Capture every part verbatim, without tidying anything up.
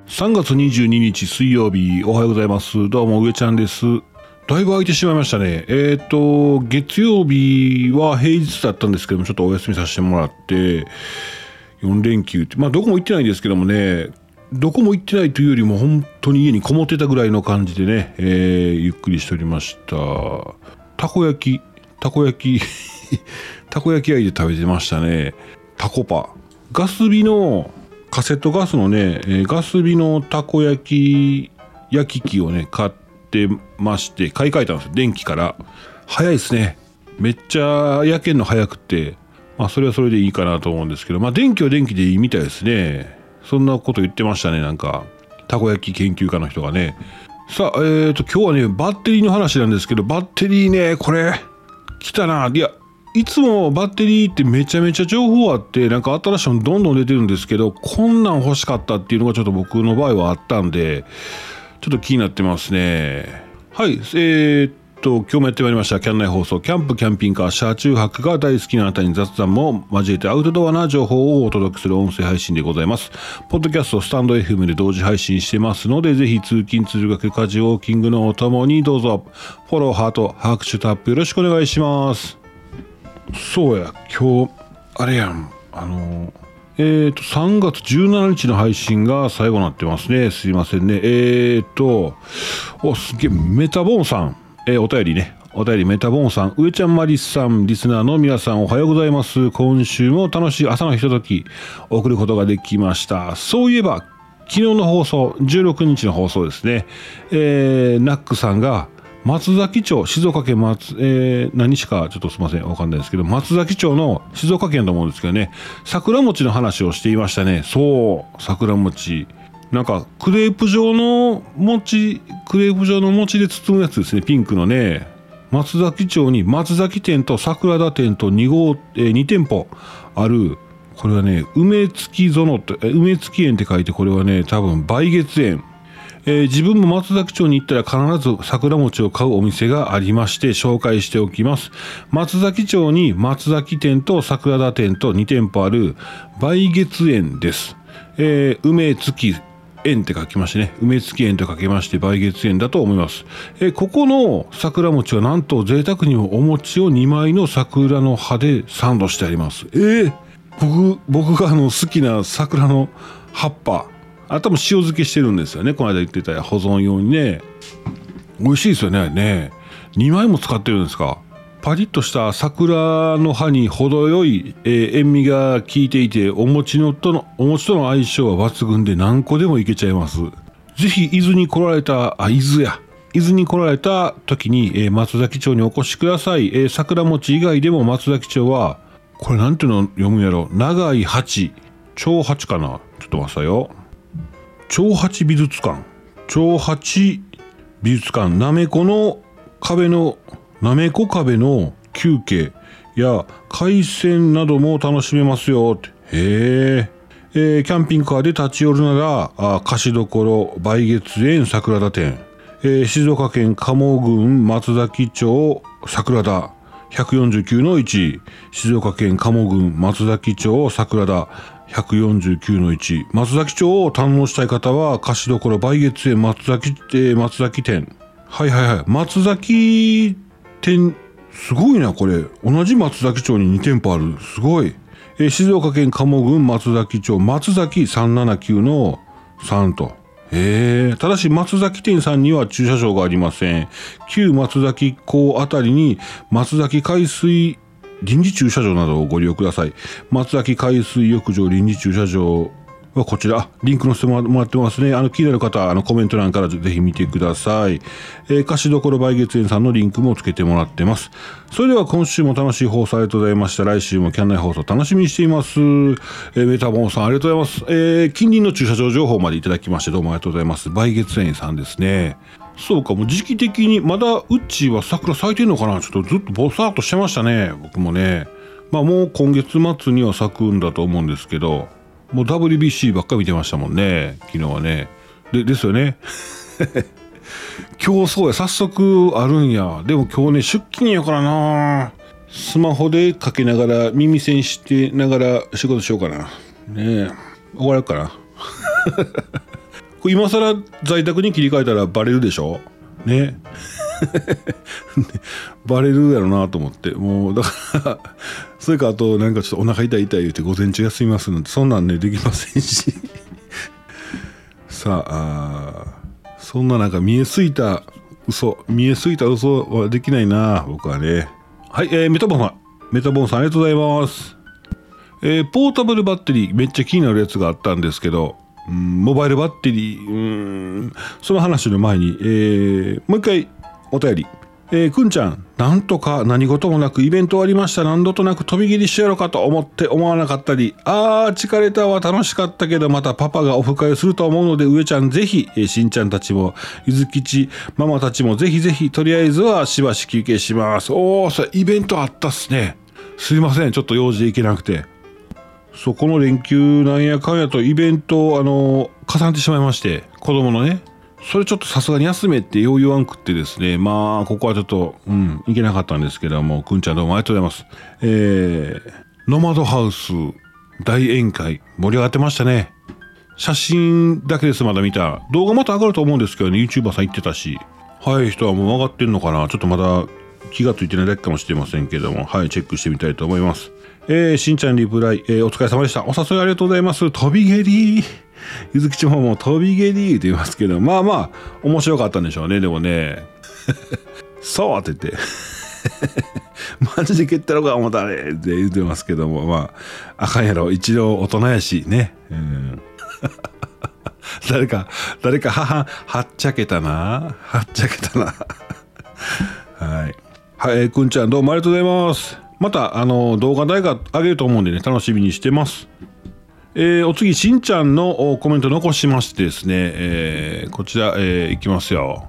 さんがつにじゅうににち水曜日、おはようございます。どうも上ちゃんです。だいぶ空いてしまいましたね。えっと月曜日は平日だったんですけども、ちょっとお休みさせてもらってよんれんきゅうって、まあどこも行ってないんですけどもね、どこも行ってないというよりも本当に家にこもってたぐらいの感じでね、えー、ゆっくりしておりました。たこ焼きたこ焼きたこ焼き屋で食べてましたね。タコパガス火のカセットガスのね、えー、ガス火のたこ焼き焼き器をね買ってまして、買い替えたんですよ。電気から早いですね。めっちゃ焼けんの早くて、まあそれはそれでいいかなと思うんですけど、まあ電気は電気でいいみたいですね。そんなこと言ってましたね。なんかたこ焼き研究家の人がね。さあ、えーと今日はねバッテリーの話なんですけど、バッテリーね、これ来たな。いや、いつもバッテリーってめちゃめちゃ情報あって、なんか新しいのどんどん出てるんですけど、こんなん欲しかったっていうのがちょっと僕の場合はあったんで、ちょっと気になってますね。はい、えー、っと今日もやってまいりましたキャン内放送、キャンプキャンピングカー車中泊が大好きなあなたに雑談も交えてアウトドアな情報をお届けする音声配信でございます。ポッドキャストスタンド エフエム で同時配信してますので、ぜひ通勤通学家事ウォーキングのおともにどうぞフォローハート拍手タップよろしくお願いします。そうや、今日あれやん、あのえーとさんがつじゅうしちにちの配信が最後になってますね。すいませんね。えーとおすげえ、メタボンさん、えー、お便りねお便りメタボンさん、上ちゃんマリスさん、リスナーの皆さんおはようございます。今週も楽しい朝のひととき送ることができました。そういえば昨日の放送、じゅうろくにちの放送ですね、えー、ナックさんが松崎町、静岡県松、えー、何市かちょっとすいませんわかんないですけど、松崎町の静岡県と思うんですけどね、桜餅の話をしていましたね。そう、桜餅、なんかクレープ状の餅、クレープ状の餅で包むやつですね。ピンクのね。松崎町に松崎店と桜田店とに号、えー、に店舗ある。これはね、梅月園って、梅月園って書いて、これはね多分梅月園。えー、自分も松崎町に行ったら必ず桜餅を買うお店がありまして、紹介しておきます。松崎町に松崎店と桜田店とに店舗ある梅月園です。えー、梅月園って書きましてね、梅月園と書きまして梅月園だと思います。えー、ここの桜餅はなんと贅沢にもお餅をにまいの桜の葉でサンドしてあります。えー、僕僕があの好きな桜の葉っぱ、あとも塩漬けしてるんですよね。この間言ってた保存用にね。美味しいですよね。ね、にまいも使ってるんですか。パリッとした桜の葉に程よい、えー、塩味が効いていて、お餅のとのお餅との相性は抜群で何個でもいけちゃいます。ぜひ伊豆に来られたあ伊豆や伊豆に来られた時に、えー、松崎町にお越しください。えー、桜餅以外でも松崎町はこれなんていうの読むやろ、長い八、長八かな。ちょっと待ってよ。長八美術館、長八美術館、なめこの壁のなめこ壁の休憩や海鮮なども楽しめますよって。へえー、キャンピングカーで立ち寄るならあ菓子どころ梅月園桜田店、えー、静岡県鴨郡松崎町桜田ひゃくよんじゅうきゅうのいち、静岡県鴨郡松崎町桜田ひゃくよんじゅうきゅうのいち、松崎町を堪能したい方は菓子どころ梅月園松崎、えー、松崎店。はいはいはい、松崎店すごいな。これ同じ松崎町にに店舗ある。すごい。えー、静岡県鴨郡松崎町松崎さんななきゅうのさんと。へえ。ただし松崎店さんには駐車場がありません。旧松崎港あたりに松崎海水臨時駐車場などをご利用ください。松崎海水浴場臨時駐車場はこちらリンク載せてもらってますね。あの気になる方、あのコメント欄からぜひ見てください。えー、菓子どころ梅月園さんのリンクもつけてもらってます。それでは今週も楽しい放送ありがとうございました。来週もキャン内放送楽しみにしています。えー、メタボンさんありがとうございます。えー、近隣の駐車場情報までいただきましてどうもありがとうございます。梅月園さんですね。そうか、もう時期的にまだうちは桜咲いてるのかな。ちょっとずっとぼさっとしてましたね、僕もね。まあもう今月末には咲くんだと思うんですけど、もう ダブリュービーシー ばっかり見てましたもんね、昨日はね。でですよね。今日そうや、早速あるんや。でも今日ね出勤やからな。スマホでかけながら耳栓してながら仕事しようかな。ねえ、終わるかな。 これ今更在宅に切り替えたらバレるでしょねバレるやろなと思って、もうだからそれかあとなんかちょっとお腹痛い痛い言って午前中休みますなんてそんなんねできませんしさあ、あそんななんか見えすいた嘘見えすいた嘘はできないな僕はね。はい、えー、メタボンさんメタボンさんありがとうございます。えー、ポータブルバッテリーめっちゃ気になるやつがあったんですけど、うん、モバイルバッテリー、うん、その話の前に、えー、もう一回お便り、えー、くんちゃんなんとか何事もなくイベント終わりました。何度となく飛び切りしようかと思って思わなかったり、あー疲れたわ楽しかったけどまたパパがオフ会すると思うので、上ちゃんぜひ、えー、しんちゃんたちもゆずきちママたちもぜひぜひとりあえずはしばし休憩します。おーそれイベントあったっすね。すいませんちょっと用事で行けなくて、そうこの連休なんやかんやとイベントあの重なってしまいまして、子供のねそれちょっとさすがに休めってよう言わんくってですね、まあここはちょっとうんいけなかったんですけども、くんちゃんどうもありがとうございます。えー、ノマドハウス大宴会盛り上がってましたね。写真だけです。まだ見た動画また上がると思うんですけどね、 YouTuber さん言ってたし、はい人はもう上がってんのかな、ちょっとまだ気がついてないだけかもしれませんけども、はいチェックしてみたいと思います。えー、しんちゃんリプライ、えー、お疲れ様でした。お誘いありがとうございます。飛び蹴りゆずきちももう飛び蹴りって言いますけど、まあまあ面白かったんでしょうね。でもねそうって言ってマジで蹴ったのか思ったねって言ってますけども、まああかんやろ一度大人やしね、うん誰か誰かははっちゃけたなはっちゃけたなはいはい、えー、くんちゃんどうもありがとうございます。またあの動画代が上げると思うんでね楽しみにしてます。えー、お次しんちゃんのコメント残しましてですね、えー、こちら、えー、いきますよ。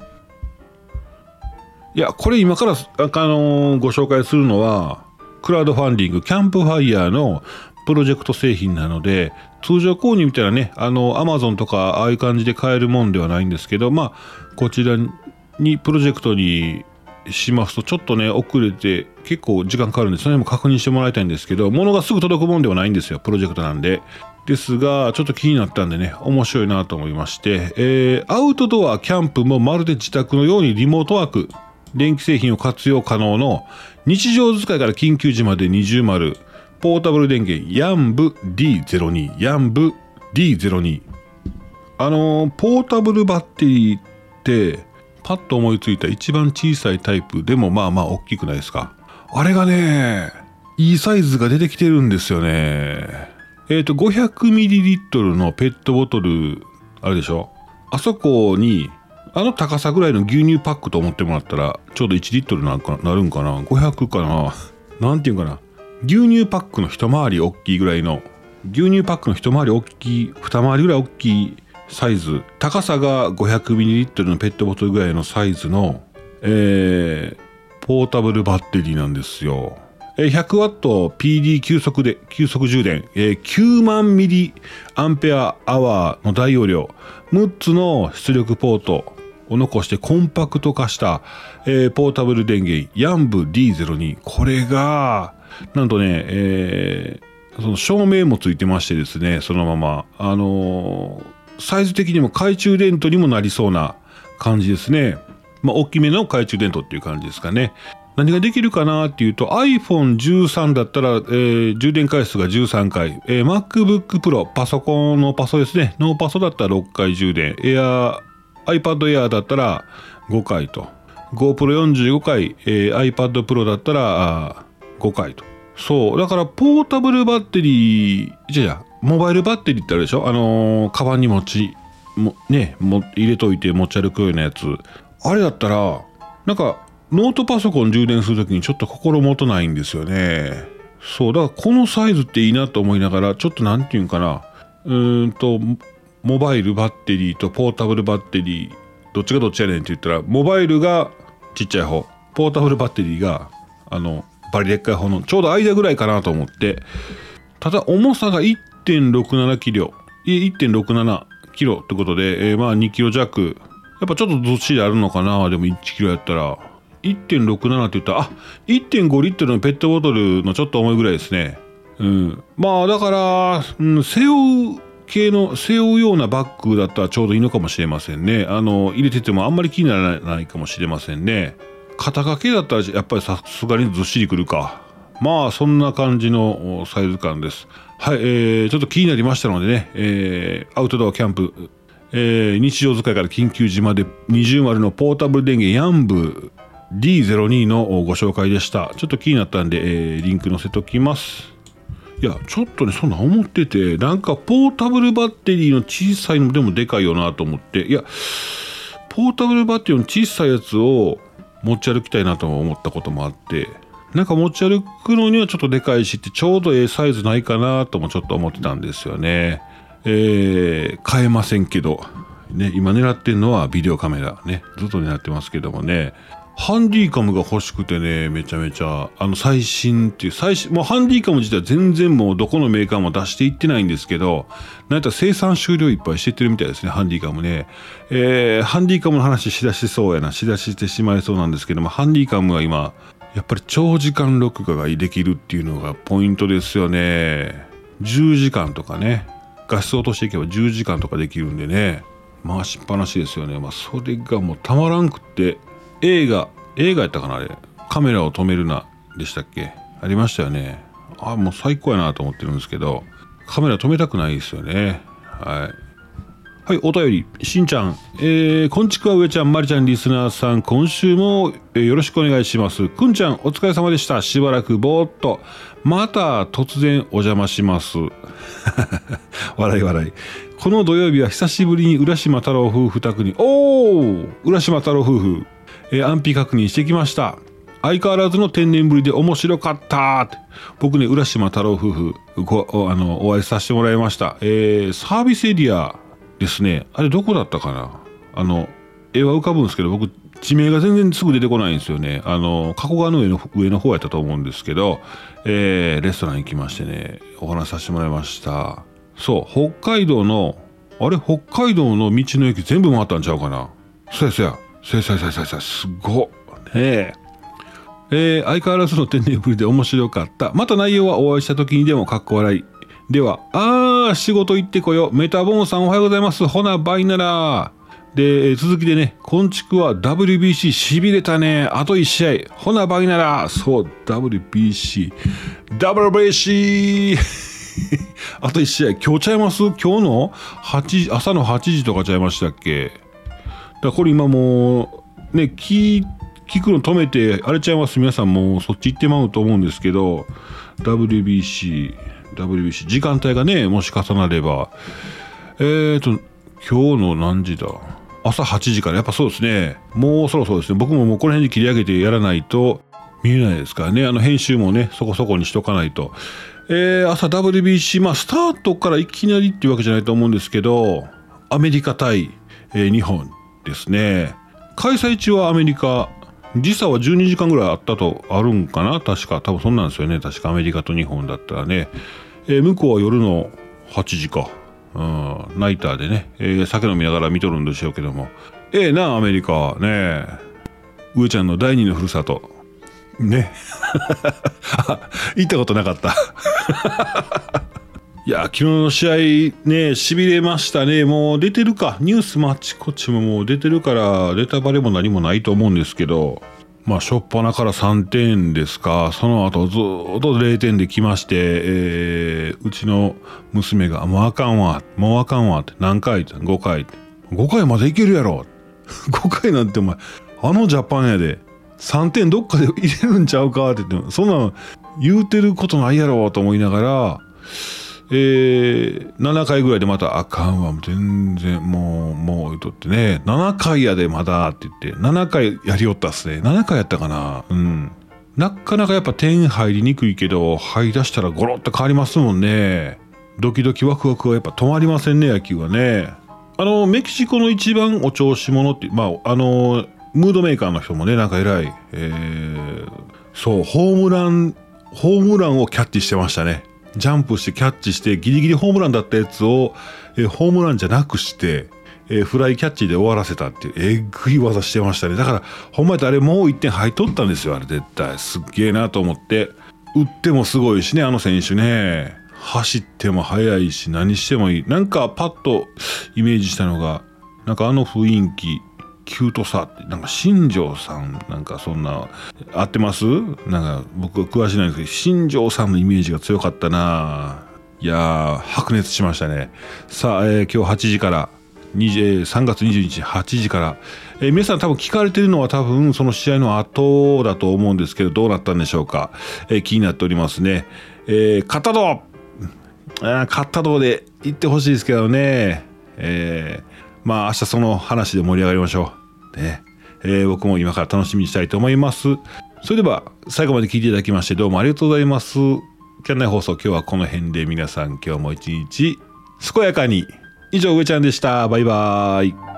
いやこれ今から、あのー、ご紹介するのはクラウドファンディングキャンプファイヤーのプロジェクト製品なので、通常購入みたいなねあの Amazon とかああいう感じで買えるもんではないんですけど、まあこちらにプロジェクトにしますとちょっとね遅れて結構時間かかるんで、それも確認してもらいたいんですけど、物がすぐ届くもんではないんですよ、プロジェクトなんで。ですがちょっと気になったんでね面白いなと思いまして、えー、アウトドアキャンプもまるで自宅のようにリモートワーク、電気製品を活用可能の日常使いから緊急時まで二重丸ポータブル電源ヤンブ ディーゼロに ヤンブ ディーゼロに、 あのー、ポータブルバッテリーってパッと思いついた一番小さいタイプでもまあまあ大きくないですか。あれがねいいサイズが出てきてるんですよね。えっと ごひゃくミリリットル のペットボトルあるでしょ、あそこにあの高さぐらいの牛乳パックと思ってもらったらちょうどいちリットルなんかなるんかな、ごひゃくかな、なんていうかな、牛乳パックの一回り大きいぐらいの、牛乳パックの一回り大きい二回りぐらい大きいサイズ、高さが ごひゃくミリリットル のペットボトルぐらいのサイズの、えー、ポータブルバッテリーなんですよ。ひゃくワット ピーディー 急速で急速充電、えー、きゅうまんミリアンペアアワーの大容量、むっつの出力ポートを残してコンパクト化した、えー、ポータブル電源ヤンブ ディーゼロに、これがなんとね、えー、その照明もついてましてですね、そのままあのー、サイズ的にも懐中電灯にもなりそうな感じですね。まあ大きめの懐中電灯っていう感じですかね。何ができるかなっていうと アイフォンじゅうさん だったら、えー、充電回数がじゅうさんかい、えー、MacBook Pro パソコンのパソですね、ノーパソだったらろっかい充電、Air iPad Air だったらごかいと、 GoProよんじゅうごかい、えー、iPad Pro だったらごかいと。そうだからポータブルバッテリーじゃじゃモバイルバッテリーってあるでしょ、あのー、カバンに持ちもねも入れといて持ち歩くようなやつ、あれだったらなんかノートパソコン充電するときにちょっと心もとないんですよね。そうだからこのサイズっていいなと思いながら、ちょっとなんていうんかな、うーんとモバイルバッテリーとポータブルバッテリーどっちがどっちやねんって言ったら、モバイルがちっちゃい方、ポータブルバッテリーがあのバリでっかい方のちょうど間ぐらいかなと思って、ただ重さが いってんろくななキロ、いってんろくななキロってことで、えー、まあにキロ弱、やっぱちょっとどっしりあるのかな。でもいちキロやったら いってんろくなな って言ったら、あ いってんごリットルのペットボトルのちょっと重いぐらいですね。うん、まあだから、うん、背負う系の背負うようなバッグだったらちょうどいいのかもしれませんね。あの入れててもあんまり気にならないかもしれませんね。肩掛けだったらやっぱりさすがにずっしりくるか。まあそんな感じのサイズ感です。はい、えー、ちょっと気になりましたのでね、えー、アウトドアキャンプ、えー、日常使いから緊急時までにじゅうマルのポータブル電源ヤンブ ディーゼロに のご紹介でした。ちょっと気になったんで、えー、リンク載せときます。いやちょっとねそんな思ってて、なんかポータブルバッテリーの小さいのでもでかいよなと思って、いやポータブルバッテリーの小さいやつを持ち歩きたいなと思ったこともあって、なんか持ち歩くのにはちょっとでかいしってちょうどええサイズないかなともちょっと思ってたんですよね。えー、買えませんけどね、今狙ってるのはビデオカメラね、ずっと狙ってますけどもね、ハンディカムが欲しくてね、めちゃめちゃあの最新っていう最新、もうハンディカム自体は全然もうどこのメーカーも出していってないんですけど、なんやったら生産終了いっぱいしてってるみたいですね、ハンディカムね。えー、ハンディカムの話しだしそうやな、しだしてしまいそうなんですけども、ハンディカムは今やっぱり長時間録画ができるっていうのがポイントですよね。じゅうじかんとかね、画質を落としていけばじゅうじかんとかできるんでね、回しっぱなしですよね。まあそれがもうたまらんくって、映画映画やったかな、あれカメラを止めるなでしたっけ、ありましたよね。あもう最高やなと思ってるんですけど、カメラ止めたくないですよね。はいはい、お便りしんちゃん、えー、こんちくわ上ちゃんまりちゃんリスナーさん、今週も、えー、よろしくお願いします。くんちゃんお疲れ様でした。しばらくぼーっとまた突然お邪魔します笑い笑い。この土曜日は久しぶりに浦島太郎夫婦宅に、おー浦島太郎夫婦、えー、安否確認してきました。相変わらずの天然ぶりで面白かったって。僕ね浦島太郎夫婦ごあのお会いさせてもらいました。えー、サービスエリアですね。あれどこだったかな、あの絵は浮かぶんですけど僕地名が全然すぐ出てこないんですよね。あの加古川の上の上の方やったと思うんですけど、えー、レストラン行きましてね、お話しさせてもらいました。そう北海道のあれ北海道の道の駅全部回ったんちゃうかな。そうやそうやそうやそうやそうやそうや、すごっねえ。えー、相変わらずの天然ぶりで面白かった。また内容はお会いした時にでもかっこ笑い。では、あー、仕事行ってこよ。メタボーンさんおはようございます。ほな、バイなら。で、続きでね、こんちくは ダブリュービーシー 痺れたね。あといち試合。ほな、バイなら。そう、ダブリュービーシー。ダブリュービーシー あといち試合。今日ちゃいます？今日のはちじ、朝のはちじとかちゃいましたっけ？だからこれ今もう、ね、聞、聞くの止めて、あれちゃいます。皆さんもうそっち行ってまうと思うんですけど、ダブリュービーシー、ダブリュービーシー 時間帯がねもし重なれば、えーと今日の何時だ、朝はちじから、やっぱそうですね、もうそろそろですね。僕ももうこの辺で切り上げてやらないと見えないですからね。あの編集もねそこそこにしとかないと。えー、朝 ダブリュービーシー、まあスタートからいきなりっていうわけじゃないと思うんですけど、アメリカ対、えー、日本ですね。開催中はアメリカ、時差はじゅうにじかんぐらいあったとあるんかな、確か。多分そんなんですよね。確かアメリカと日本だったらね、えー、向こうは夜のはちじか、うん、ナイターでね、えー、酒飲みながら見とるんでしょうけども、ええー、なアメリカね、上ちゃんの第二のふるさとね行ったことなかったいや昨日の試合ね、しびれましたね。もう出てるか、ニュースもあっちこっちももう出てるからネタバレも何もないと思うんですけど、まあ初っ端からさんてんですか。その後ずっとれいてんで来まして、えー、うちの娘がもうあかんわもうあかんわって、何回ってごかいごかいまでいけるやろごかいなんてお前あのジャパンやでさんてんどっかで入れるんちゃうかって言って、そんなん言うてることないやろと思いながら、えー、ななかいぐらいでまたあかんわ全然もうもう言うとってね、ななかいやでまだって言ってななかいやりよったっすね。ななかいやったかな。うん、なかなかやっぱ点入りにくいけど入り出したらゴロッと変わりますもんね。ドキドキワクワクはやっぱ止まりませんね、野球はね。あのメキシコの一番お調子者って、まああのムードメーカーの人もね、なんか偉い、えー、そうホームランホームランをキャッチしてましたね。ジャンプしてキャッチしてギリギリホームランだったやつを、えー、ホームランじゃなくして、えー、フライキャッチで終わらせたっていうえぐい技してましたね。だからほんまやったらあれもういってん入っとったんですよ。あれ絶対すっげえなと思って。打ってもすごいしね、あの選手ね。 走っても速いし何してもいい。なんかパッとイメージしたのが、なんかあの雰囲気、キュートさって、なんか新庄さんなんかそんな合ってます？なんか僕は詳しいないんですけど、新庄さんのイメージが強かったな。いやー白熱しましたね。さあ、えー、今日はちじからにじ、えー、さんがつにじゅうににちはちじから、えー、皆さん多分聞かれてるのは多分その試合の後だと思うんですけど、どうなったんでしょうか。えー、気になっておりますね。えー、勝ったどあ勝ったどうで行ってほしいですけどね。えー、まあ明日その話で盛り上がりましょうね。えー、僕も今から楽しみにしたいと思います。それでは最後まで聞いていただきましてどうもありがとうございます。キャンナイ放送、今日はこの辺で皆さん今日も一日健やかに。以上、上ちゃんでした。バイバーイ。